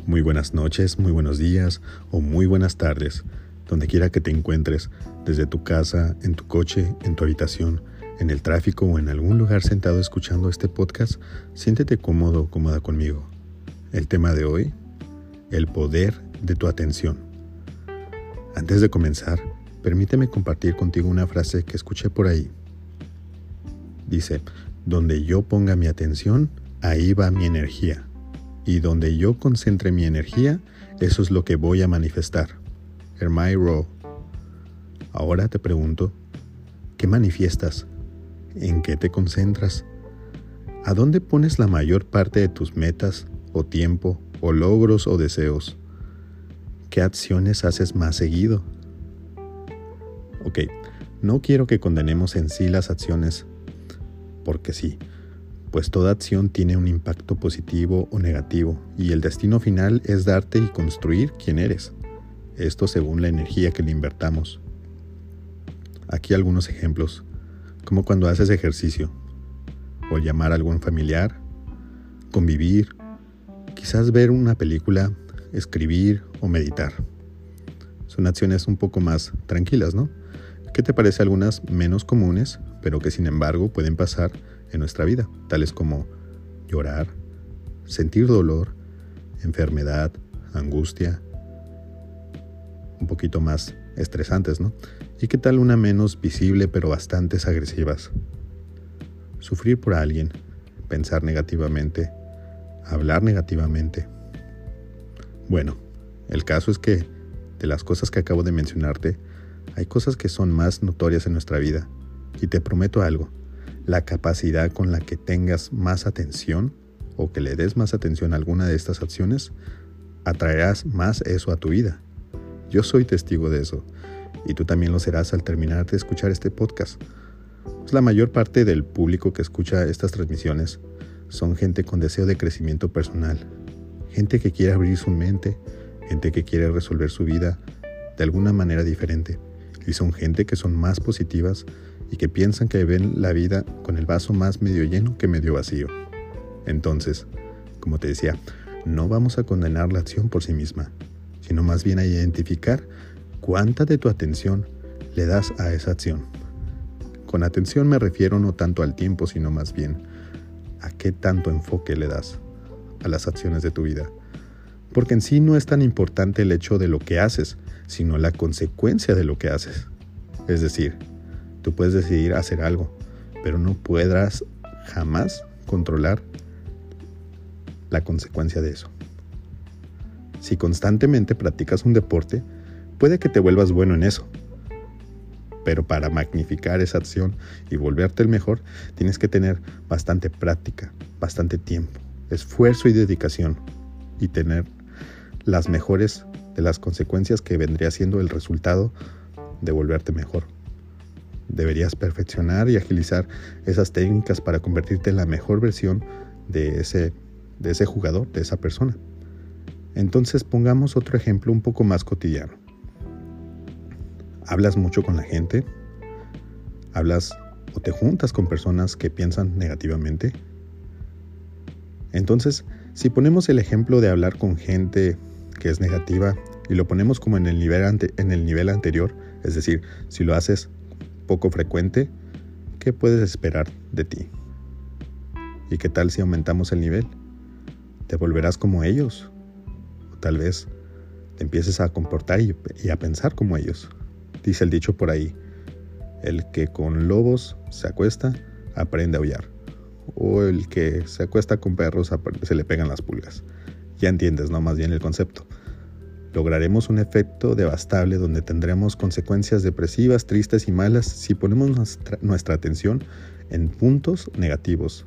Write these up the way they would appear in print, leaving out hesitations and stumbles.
Muy buenas noches, muy buenos días o muy buenas tardes, donde quiera que te encuentres, desde tu casa, en tu coche, en tu habitación, en el tráfico o en algún lugar sentado escuchando este podcast, siéntete cómodo o cómoda conmigo. El tema de hoy, el poder de tu atención. Antes de comenzar, permíteme compartir contigo una frase que escuché por ahí. Dice, donde yo ponga mi atención, ahí va mi energía. Y donde yo concentre mi energía, eso es lo que voy a manifestar. Hermay Rowe. Ahora te pregunto, ¿qué manifiestas? ¿En qué te concentras? ¿A dónde pones la mayor parte de tus metas, o tiempo, o logros, o deseos? ¿Qué acciones haces más seguido? Ok, no quiero que condenemos en sí las acciones, porque sí, pues toda acción tiene un impacto positivo o negativo, y el destino final es darte y construir quién eres. Esto según la energía que le invertamos. Aquí algunos ejemplos, como cuando haces ejercicio, o llamar a algún familiar, convivir, quizás ver una película, escribir o meditar. Son acciones un poco más tranquilas, ¿no? ¿Qué te parece algunas menos comunes, pero que sin embargo pueden pasar en nuestra vida, tales como llorar, sentir dolor, enfermedad, angustia, un poquito más estresantes, ¿no? ¿Y qué tal una menos visible pero bastantes agresivas? Sufrir por alguien, pensar negativamente, hablar negativamente. Bueno, el caso es que de las cosas que acabo de mencionarte, hay cosas que son más notorias en nuestra vida. Y te prometo algo, la capacidad con la que tengas más atención o que le des más atención a alguna de estas acciones, atraerás más eso a tu vida. Yo soy testigo de eso y tú también lo serás al terminar de escuchar este podcast. Pues la mayor parte del público que escucha estas transmisiones son gente con deseo de crecimiento personal, gente que quiere abrir su mente, gente que quiere resolver su vida de alguna manera diferente y son gente que son más positivas y que piensan que ven la vida con el vaso más medio lleno que medio vacío. Entonces, como te decía, no vamos a condenar la acción por sí misma, sino más bien a identificar cuánta de tu atención le das a esa acción. Con atención me refiero no tanto al tiempo, sino más bien a qué tanto enfoque le das a las acciones de tu vida. Porque en sí no es tan importante el hecho de lo que haces, sino la consecuencia de lo que haces. Es decir, tú puedes decidir hacer algo, pero no podrás jamás controlar la consecuencia de eso. Si constantemente practicas un deporte, puede que te vuelvas bueno en eso. Pero para magnificar esa acción y volverte el mejor, tienes que tener bastante práctica, bastante tiempo, esfuerzo y dedicación, y tener las mejores de las consecuencias que vendría siendo el resultado de volverte mejor. Deberías perfeccionar y agilizar esas técnicas para convertirte en la mejor versión de ese jugador, de esa persona. Entonces pongamos otro ejemplo un poco más cotidiano. ¿Hablas mucho con la gente? ¿Hablas o te juntas con personas que piensan negativamente? Entonces, si ponemos el ejemplo de hablar con gente que es negativa y lo ponemos como en el nivel anterior, es decir, si lo haces poco frecuente, ¿qué puedes esperar de ti? ¿Y qué tal si aumentamos el nivel? ¿Te volverás como ellos? O tal vez te empieces a comportar y a pensar como ellos. Dice el dicho por ahí, el que con lobos se acuesta, aprende a aullar. O el que se acuesta con perros, se le pegan las pulgas. Ya entiendes, ¿no? Más bien el concepto. Lograremos un efecto devastable donde tendremos consecuencias depresivas, tristes y malas si ponemos nuestra atención en puntos negativos.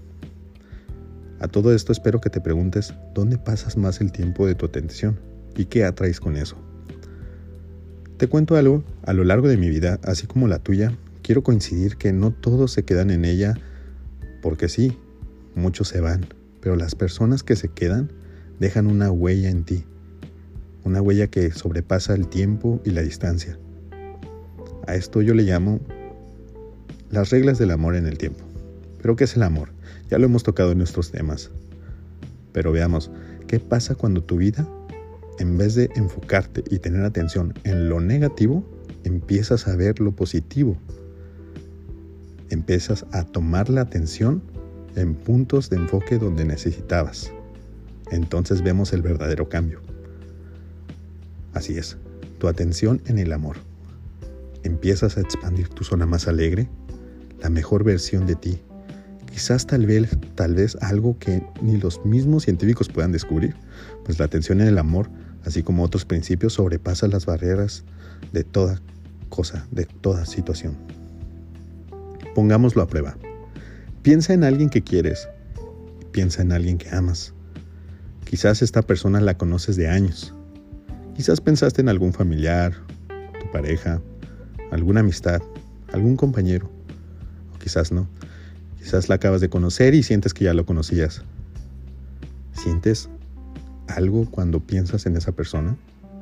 A todo esto espero que te preguntes, ¿dónde pasas más el tiempo de tu atención? ¿Y qué atraes con eso? Te cuento algo, a lo largo de mi vida, así como la tuya, quiero coincidir que no todos se quedan en ella porque sí, muchos se van, pero las personas que se quedan dejan una huella en ti. Una huella que sobrepasa el tiempo y la distancia. A esto yo le llamo las reglas del amor en el tiempo. ¿Pero qué es el amor? Ya lo hemos tocado en nuestros temas. Pero veamos, ¿Qué pasa cuando tu vida, en vez de enfocarte y tener atención en lo negativo, empiezas a ver lo positivo? Empiezas a tomar la atención en puntos de enfoque donde necesitabas. Entonces vemos el verdadero cambio. Así es, tu atención en el amor. Empiezas a expandir tu zona más alegre, la mejor versión de ti. Quizás tal vez algo que ni los mismos científicos puedan descubrir, pues la atención en el amor, así como otros principios, sobrepasa las barreras de toda cosa, de toda situación. Pongámoslo a prueba. Piensa en alguien que quieres, piensa en alguien que amas. Quizás esta persona la conoces de años. Quizás pensaste en algún familiar, tu pareja, alguna amistad, algún compañero. O quizás no. Quizás la acabas de conocer y sientes que ya lo conocías. ¿Sientes algo cuando piensas en esa persona?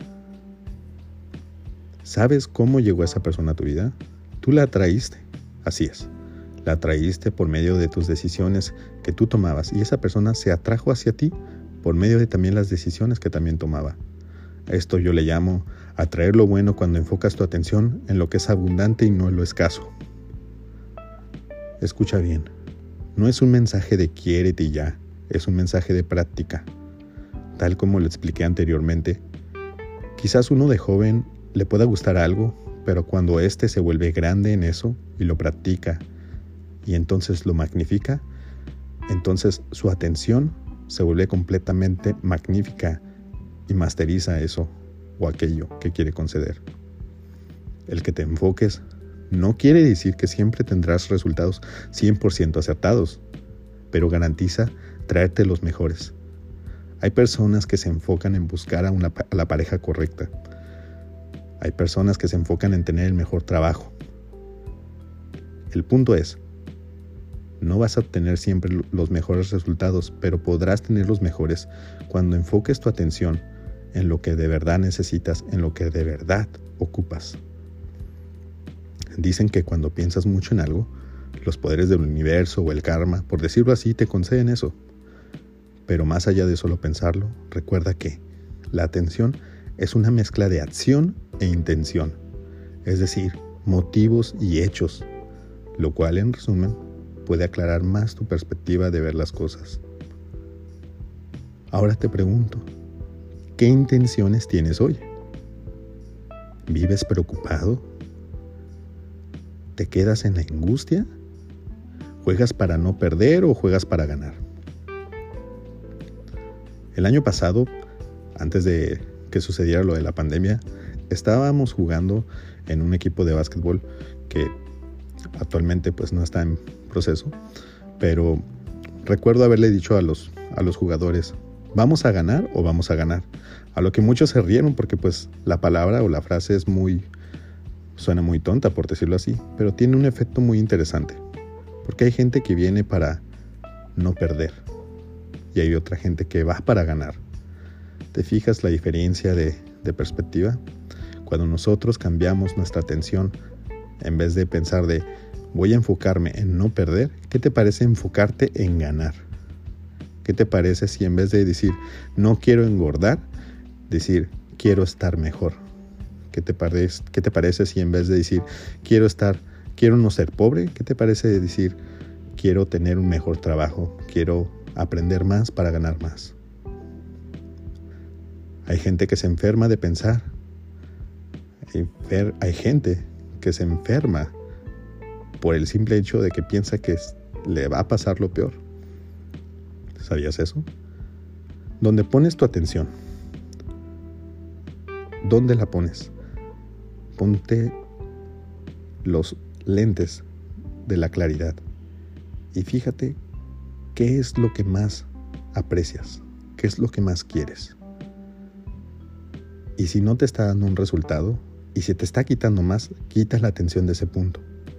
¿Sabes cómo llegó esa persona a tu vida? Tú la atraíste. Así es. La atraíste por medio de tus decisiones que tú tomabas y esa persona se atrajo hacia ti por medio de también las decisiones que también tomaba. A esto yo le llamo atraer lo bueno cuando enfocas tu atención en lo que es abundante y no en lo escaso. Escucha bien, no es un mensaje de quiérete y ya, es un mensaje de práctica. Tal como lo expliqué anteriormente, quizás uno de joven le pueda gustar algo, pero cuando éste se vuelve grande en eso y lo practica y entonces lo magnifica, entonces su atención se vuelve completamente magnífica y masteriza eso o aquello que quiere conceder. El que te enfoques no quiere decir que siempre tendrás resultados 100% acertados, pero garantiza traerte los mejores. Hay personas que se enfocan en buscar a la pareja correcta. Hay personas que se enfocan en tener el mejor trabajo. El punto es, no vas a obtener siempre los mejores resultados, pero podrás tener los mejores cuando enfoques tu atención en lo que de verdad necesitas, en lo que de verdad ocupas. Dicen que cuando piensas mucho en algo, los poderes del universo o el karma, por decirlo así, te conceden eso. Pero más allá de solo pensarlo, recuerda que la atención es una mezcla de acción e intención, es decir, motivos y hechos, lo cual en resumen puede aclarar más tu perspectiva de ver las cosas. Ahora te pregunto, ¿qué intenciones tienes hoy? ¿Vives preocupado? ¿Te quedas en la angustia? ¿Juegas para no perder o juegas para ganar? El año pasado, antes de que sucediera lo de la pandemia, estábamos jugando en un equipo de básquetbol que actualmente pues no está en proceso, pero recuerdo haberle dicho a los jugadores, ¿vamos a ganar o vamos a ganar? A lo que muchos se rieron porque pues la palabra o la frase suena muy tonta por decirlo así, pero tiene un efecto muy interesante, porque hay gente que viene para no perder y hay otra gente que va para ganar. ¿Te fijas la diferencia de perspectiva? Cuando nosotros cambiamos nuestra atención, en vez de pensar de voy a enfocarme en no perder, ¿qué te parece enfocarte en ganar? ¿Qué te parece si en vez de decir no quiero engordar, decir quiero estar mejor? ¿Qué te parece si en vez de decir quiero no ser pobre, qué te parece de decir quiero tener un mejor trabajo, quiero aprender más para ganar más? Hay gente que se enferma de pensar. Hay gente que se enferma por el simple hecho de que piensa que le va a pasar lo peor. ¿Sabías eso? ¿Dónde pones tu atención? ¿Dónde la pones? Ponte los lentes de la claridad y fíjate qué es lo que más aprecias, qué es lo que más quieres. Y si no te está dando un resultado, y si te está quitando más, quita la atención de ese punto.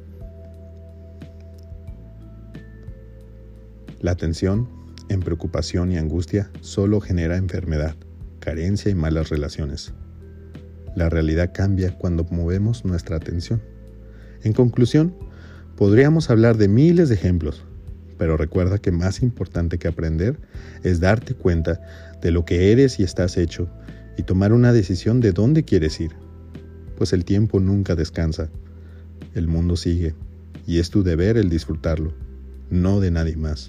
La atención en preocupación y angustia solo genera enfermedad, carencia y malas relaciones. La realidad cambia cuando movemos nuestra atención. En conclusión, podríamos hablar de miles de ejemplos, Pero recuerda que más importante que aprender es darte cuenta de lo que eres y estás hecho y tomar una decisión de dónde quieres ir. Pues el tiempo nunca descansa. El mundo sigue y es tu deber el disfrutarlo, no de nadie más.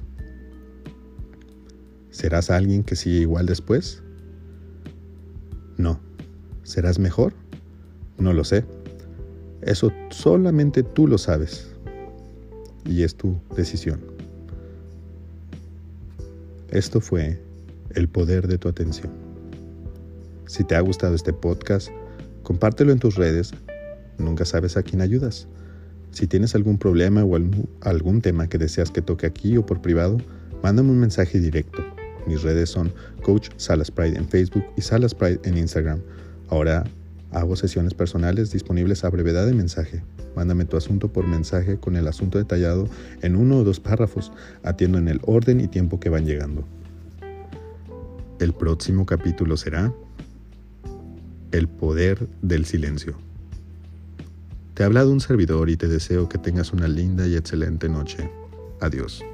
¿Serás alguien que sigue igual después? No. ¿Serás mejor? No lo sé. Eso solamente tú lo sabes. Y es tu decisión. Esto fue El Poder de tu Atención. Si te ha gustado este podcast, compártelo en tus redes. Nunca sabes a quién ayudas. Si tienes algún problema o algún tema que deseas que toque aquí o por privado, mándame un mensaje directo. Mis redes son Coach Salas Pride en Facebook y Salas Pride en Instagram. Ahora hago sesiones personales disponibles a brevedad de mensaje. Mándame tu asunto por mensaje con el asunto detallado en 1 o 2 párrafos. Atiendo en el orden y tiempo que van llegando. El próximo capítulo será El Poder del Silencio. Te ha hablado un servidor y te deseo que tengas una linda y excelente noche. Adiós.